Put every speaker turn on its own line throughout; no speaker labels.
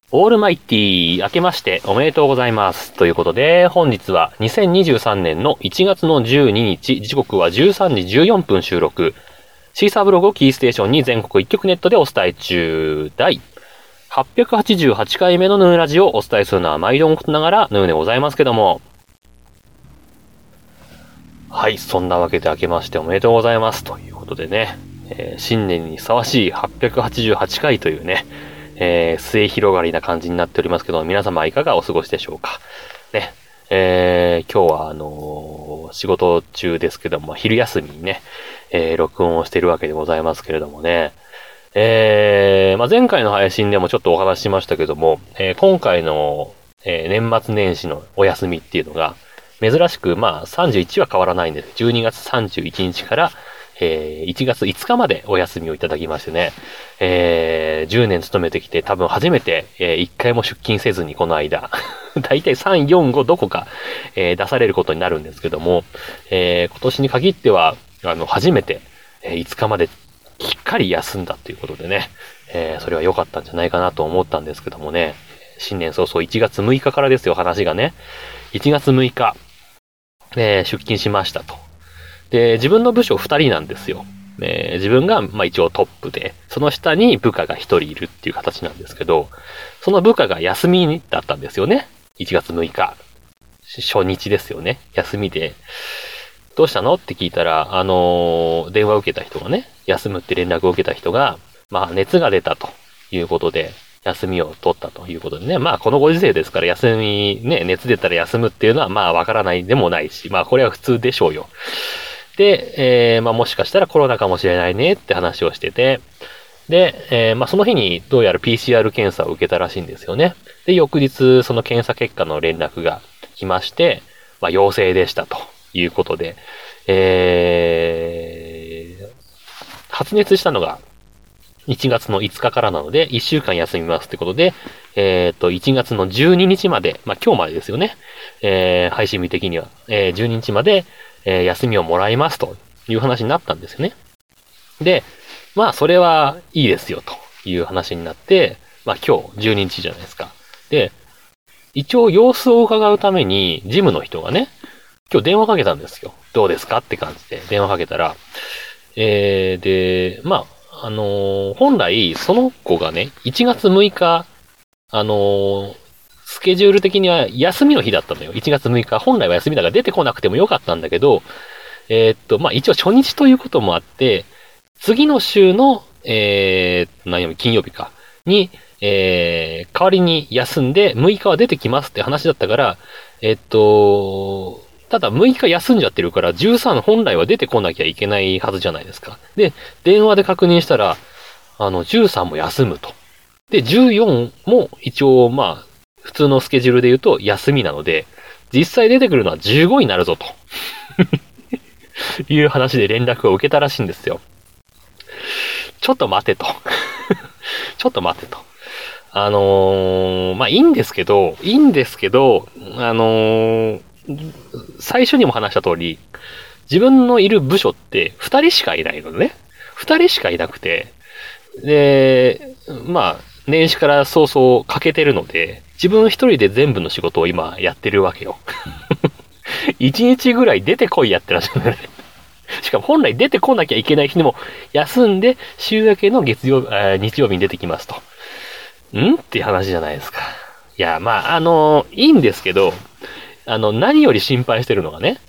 オールマイティー、明けましておめでとうございます。ということで、本日は2023年の1月の12日、時刻は13時14分収録。シーサーブログをキーステーションに全国一曲ネットでお伝え中、第888回目のヌーラジオをお伝えするのは毎度のことながらヌーでございますけども。はい、そんなわけで明けましておめでとうございます。ということでね、新年にふさわしい888回というね、末広がりな感じになっておりますけど、皆様いかがお過ごしでしょうか。ね。今日は仕事中ですけども、昼休みにね、録音をしているわけでございますけれどもね。前回の配信でもちょっとお話ししましたけども、今回の、年末年始のお休みっていうのが、珍しく、31は変わらないんです。12月31日から、1月5日までお休みをいただきましてね、10年勤めてきて多分初めて、1回も出勤せずにこの間、だいたい3、4、5どこか、出されることになるんですけども、今年に限っては、初めて、5日まできっかり休んだということでね、それは良かったんじゃないかなと思ったんですけどもね、新年早々1月6日からですよ、話がね。1月6日、出勤しましたと。で、自分の部署2人なんですよ。自分が、一応トップで、その下に部下が1人いるっていう形なんですけど、その部下が休みだったんですよね。1月6日。初日ですよね。休みで。どうしたのって聞いたら、電話を受けた人がね、休むって連絡を受けた人が、熱が出たということで、休みを取ったということでね。このご時世ですから、休み、ね、熱出たら休むっていうのは、わからないでもないし、これは普通でしょうよ。で、もしかしたらコロナかもしれないねって話をしてて、で、その日にどうやら PCR 検査を受けたらしいんですよね。で、翌日、その検査結果の連絡が来まして、陽性でしたということで、発熱したのが1月の5日からなので、1週間休みますってことで、1月の12日まで、今日までですよね。配信日的には、12日まで、休みをもらいますという話になったんですよね。で、それはいいですよという話になって、今日12日じゃないですか。で、一応様子を伺うために、ジムの人がね、今日電話かけたんですよ。どうですかって感じで電話かけたら、で、本来、その子がね、1月6日、スケジュール的には休みの日だったのよ。1月6日。本来は休みだから出てこなくてもよかったんだけど、一応初日ということもあって、次の週の、金曜日か。に、代わりに休んで6日は出てきますって話だったから、ただ6日休んじゃってるから13本来は出てこなきゃいけないはずじゃないですか。で、電話で確認したら、13も休むと。で、14も一応普通のスケジュールで言うと休みなので、実際出てくるのは15になるぞと。いう話で連絡を受けたらしいんですよ。ちょっと待てと。ちょっと待てと。いいんですけど、最初にも話した通り、自分のいる部署って2人しかいないのね。2人しかいなくて、で、年始から早々欠けてるので、自分一人で全部の仕事を今やってるわけよ。1日ぐらい出てこいやってらっしゃるね。しかも本来出てこなきゃいけない日にも休んで週明けの日曜日に出てきますと。っていう話じゃないですか。いや、いいんですけど、何より心配してるのがね、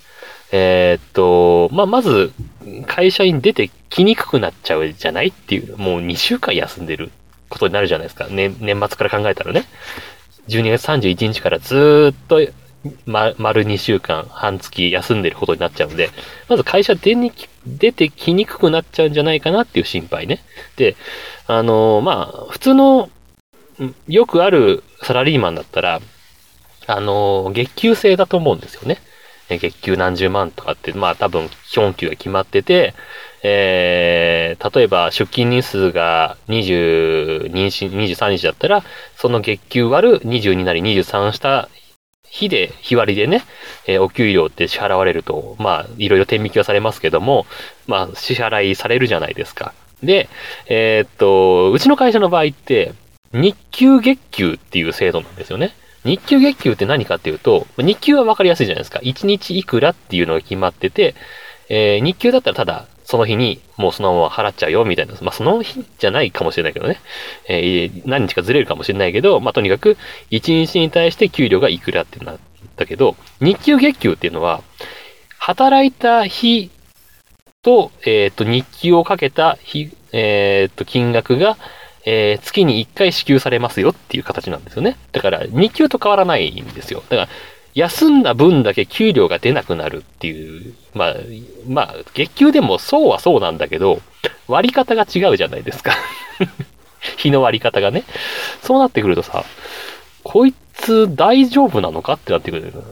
まず、会社に出てきにくくなっちゃうじゃないっていう、もう2週間休んでることになるじゃないですか。年末から考えたらね。12月31日からずーっと、丸2週間、半月休んでることになっちゃうんで、まず会社出てきにくくなっちゃうんじゃないかなっていう心配ね。で、普通の、よくあるサラリーマンだったら、月給制だと思うんですよね。月給何十万とかって、多分基本給が決まってて、例えば出勤日数が22日、23日だったら、その月給割る22なり23した日で、日割りでね、お給料って支払われると、いろいろ天引きはされますけども、支払いされるじゃないですか。で、うちの会社の場合って、 日給月給っていう制度なんですよね。日給月給って何かっていうと、日給はわかりやすいじゃないですか。1日いくらっていうのが決まってて、日給だったらただその日にもうそのまま払っちゃうよみたいな。まあその日じゃないかもしれないけどね。何日かずれるかもしれないけど、まあとにかく1日に対して給料がいくらってなったけど、日給月給っていうのは、働いた日と、日給をかけた日、金額が、月に1回支給されますよっていう形なんですよね。だから、日給と変わらないんですよ。だから、休んだ分だけ給料が出なくなるっていう、まあ、月給でもそうはそうなんだけど、割り方が違うじゃないですか。日の割り方がね。そうなってくるとさ、こいつ大丈夫なのかってなってくる。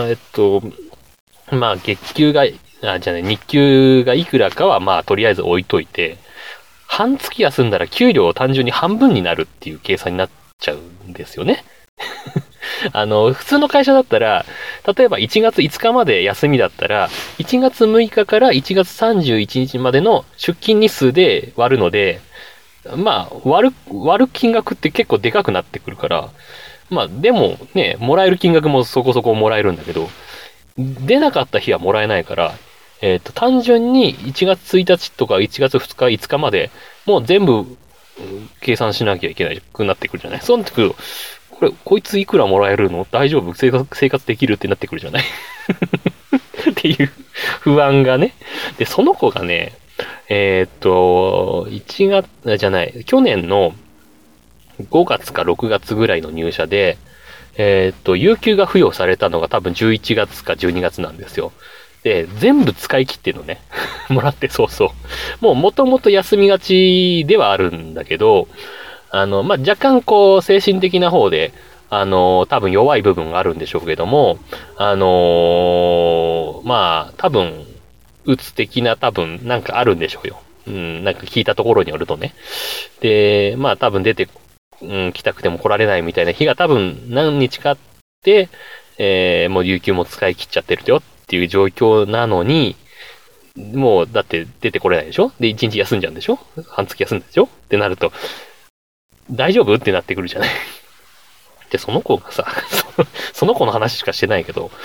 まあ、月給が、日給がいくらかはまあ、とりあえず置いといて、半月休んだら給料単純に半分になるっていう計算になっちゃうんですよね。普通の会社だったら、例えば1月5日まで休みだったら、1月6日から1月31日までの出勤日数で割るので、まあ、割る金額って結構でかくなってくるから、まあ、でもね、もらえる金額もそこそこもらえるんだけど、出なかった日はもらえないから、単純に1月1日とか1月2日、5日まで、もう全部、計算しなきゃいけなくなってくるじゃない。そうなってくると、こいついくらもらえるの大丈夫生活できるってなってくるじゃないっていう不安がね。で、その子がね、1月、じゃない、去年の5月か6月ぐらいの入社で、有給が付与されたのが多分11月か12月なんですよ。で、全部使い切ってるのね。もらってそうそう。もともと休みがちではあるんだけど、まあ、若干こう、精神的な方で、多分弱い部分があるんでしょうけども、まあ、多分、うつ的な多分、なんかあるんでしょうよ。うん、なんか聞いたところによるとね。で、まあ多分来たくても来られないみたいな日が多分何日かあって、もう有給も使い切っちゃってるよっていう状況なのに、もうだって出てこれないでしょで、1日休んじゃうんでしょ半月休んでしょってなると、大丈夫ってなってくるじゃない。で、その子がさ、その子の話しかしてないけど、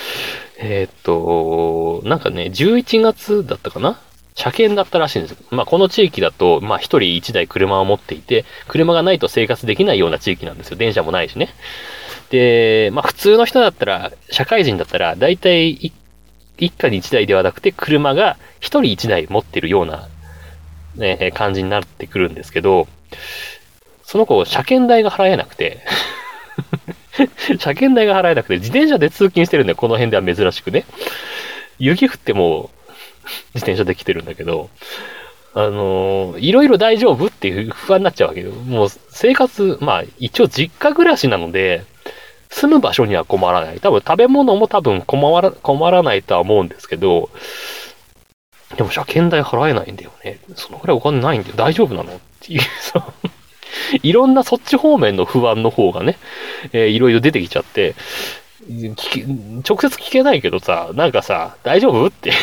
なんかね、11月だったかな車検だったらしいんですよ。まあ、この地域だと、まあ、一人一台車を持っていて、車がないと生活できないような地域なんですよ。電車もないしね。で、まあ、普通の人だったら、社会人だったら、だいたい一家に一台ではなくて、車が一人一台持ってるような、ね、感じになってくるんですけど、その子、車検代が払えなくて、車検代が払えなくて、自転車で通勤してるんだよ、この辺では珍しくね。雪降っても、自転車で来てるんだけど、いろいろ大丈夫っていう不安になっちゃうわけよ。もう生活、まあ一応実家暮らしなので、住む場所には困らない。多分食べ物も多分困らないとは思うんですけど、でも車検代払えないんだよね。そのくらいお金ないんだよ。大丈夫なのっていうさ、いろんなそっち方面の不安の方がね、いろいろ出てきちゃって、直接聞けないけどさ、なんかさ、大丈夫って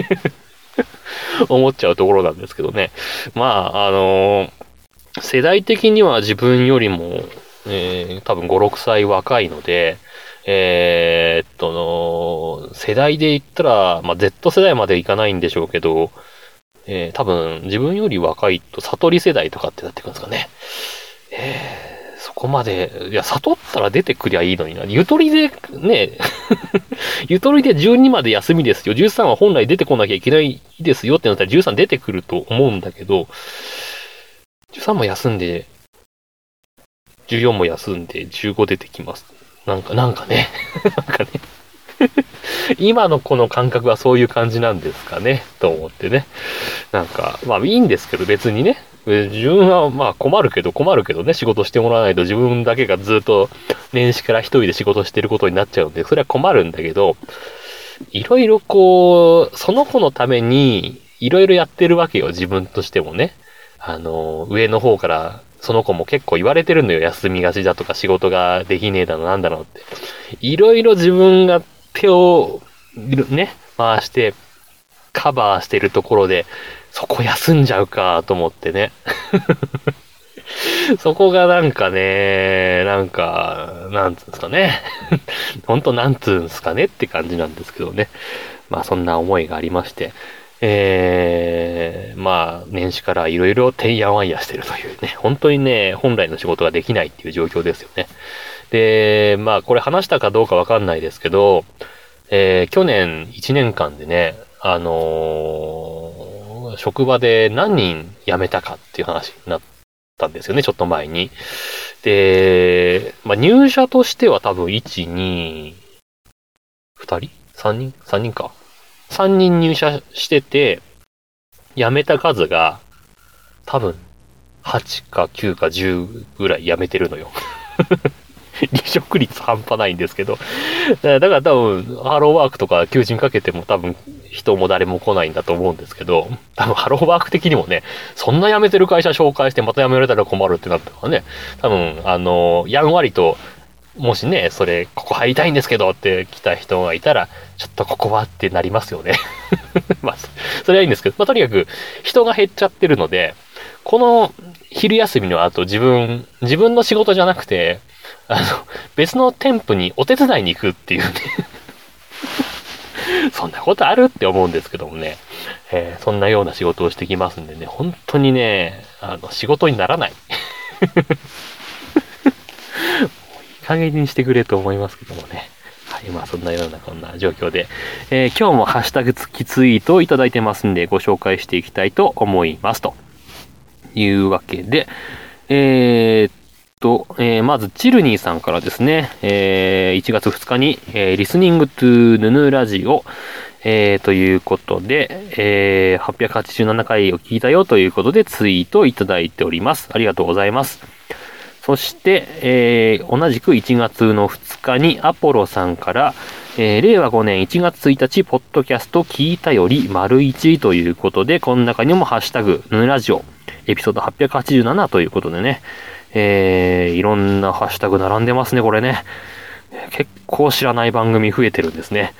思っちゃうところなんですけどね。まあ、世代的には自分よりも、多分5、6歳若いので、世代で言ったら、まあ、Z 世代までいかないんでしょうけど、多分自分より若いと悟り世代とかってなってくるんですかね。そこまで、いや、悟ったら出てくりゃいいのにな。ゆとりで、ね、ゆとりで12まで休みですよ。13は本来出てこなきゃいけないですよってなったら13出てくると思うんだけど、13も休んで、14も休んで、15出てきます。なんかね、なんかね。今のこの感覚はそういう感じなんですかね、と思ってね。なんか、まあいいんですけど別にね。自分はまあ困るけどね、仕事してもらわないと自分だけがずっと年始から一人で仕事してることになっちゃうんで、それは困るんだけど、いろいろこう、その子のためにいろいろやってるわけよ、自分としてもね。上の方からその子も結構言われてるのよ、休みがちだとか仕事ができねえだのなんだのって。いろいろ自分が手をね、回してカバーしてるところで、そこ休んじゃうかと思ってね。 そこがなんかね、なんつうんですかね。ほんとなんつうんですかねって感じなんですけどね。まあそんな思いがありまして、まあ年始からいろいろてんやわんやしてるというね、本当にね、本来の仕事ができないっていう状況ですよね。で、まあこれ話したかどうかわかんないですけど、去年1年間でね、職場で何人辞めたかっていう話になったんですよね、ちょっと前に。で、まあ入社としては多分1、2、2人 ?3 人 ?3 人か。3人入社してて、辞めた数が多分8か9か10ぐらい辞めてるのよ。離職率半端ないんですけど。だから多分、ハローワークとか求人かけても多分人も誰も来ないんだと思うんですけど、多分ハローワーク的にもね、そんな辞めてる会社紹介してまた辞められたら困るってなったからね、多分、やんわりと、もしね、ここ入りたいんですけどって来た人がいたら、ちょっとここはってなりますよね。まあ、それはいいんですけど、まあ、とにかく人が減っちゃってるので、この昼休みの後自分の仕事じゃなくて、別の店舗にお手伝いに行くっていうねそんなことあるって思うんですけどもね、そんなような仕事をしてきますんでね、本当にね、仕事にならない。いい加減にしてくれと思いますけどもね。はい、まあそんなようなこんな状況で、今日もハッシュタグ付きツイートをいただいてますんで、ご紹介していきたいと思います。というわけで、まず、チルニーさんからですね、1月2日に、リスニングトゥヌヌラジオ、ということで、887回を聞いたよということでツイートをいただいております。ありがとうございます。そして、同じく1月の2日にアポロさんから、令和5年1月1日、ポッドキャスト聞いたより丸1ということで、この中にもハッシュタグ、ヌヌラジオ、エピソード887ということでね、いろんなハッシュタグ並んでますね、これね。結構知らない番組増えてるんですね。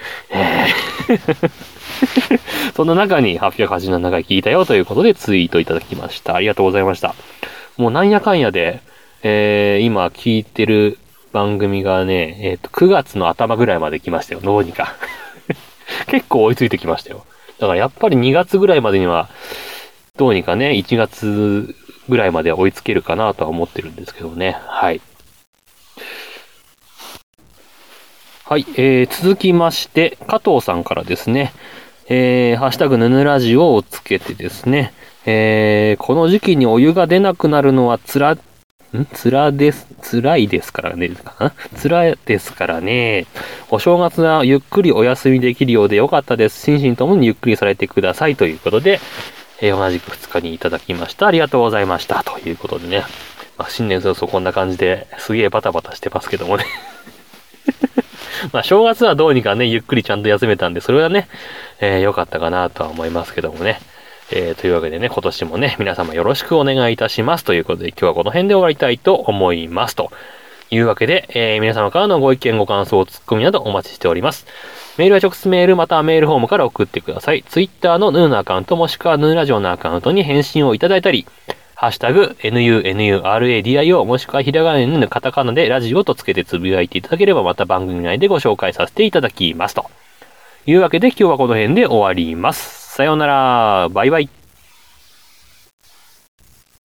その中に887回聞いたよということでツイートいただきました。ありがとうございました。もうなんやかんやで、今聞いてる番組がね、9月の頭ぐらいまで来ましたよ、どうにか。結構追いついてきましたよ。だからやっぱり2月ぐらいまでには、どうにかね、1月ぐらいまで追いつけるかなとは思ってるんですけどね。はい。はい、続きまして、加藤さんからですね、ハッシュタグヌヌラジオをつけてですね、この時期にお湯が出なくなるのは辛いですからね、辛いですからね。お正月はゆっくりお休みできるようでよかったです。心身ともにゆっくりされてくださいということで、同じく2日にいただきました。ありがとうございました。ということでね。まあ、新年早々こんな感じですげえバタバタしてますけどもね。まあ、正月はどうにかね、ゆっくりちゃんと休めたんで、それはね、良かったかなとは思いますけどもね。というわけでね、今年もね、皆様よろしくお願いいたします。ということで、今日はこの辺で終わりたいと思います。というわけで、皆様からのご意見、ご感想、ツッコミなどお待ちしております。メールは直接メールまたはメールフォームから送ってください。Twitter のヌーのアカウントもしくはヌーラジオのアカウントに返信をいただいたり、ハッシュタグ、NUNURADIO もしくはひらがなのカタカナでラジオとつけてつぶやいていただければまた番組内でご紹介させていただきます。というわけで今日はこの辺で終わります。さようなら。バイバイ。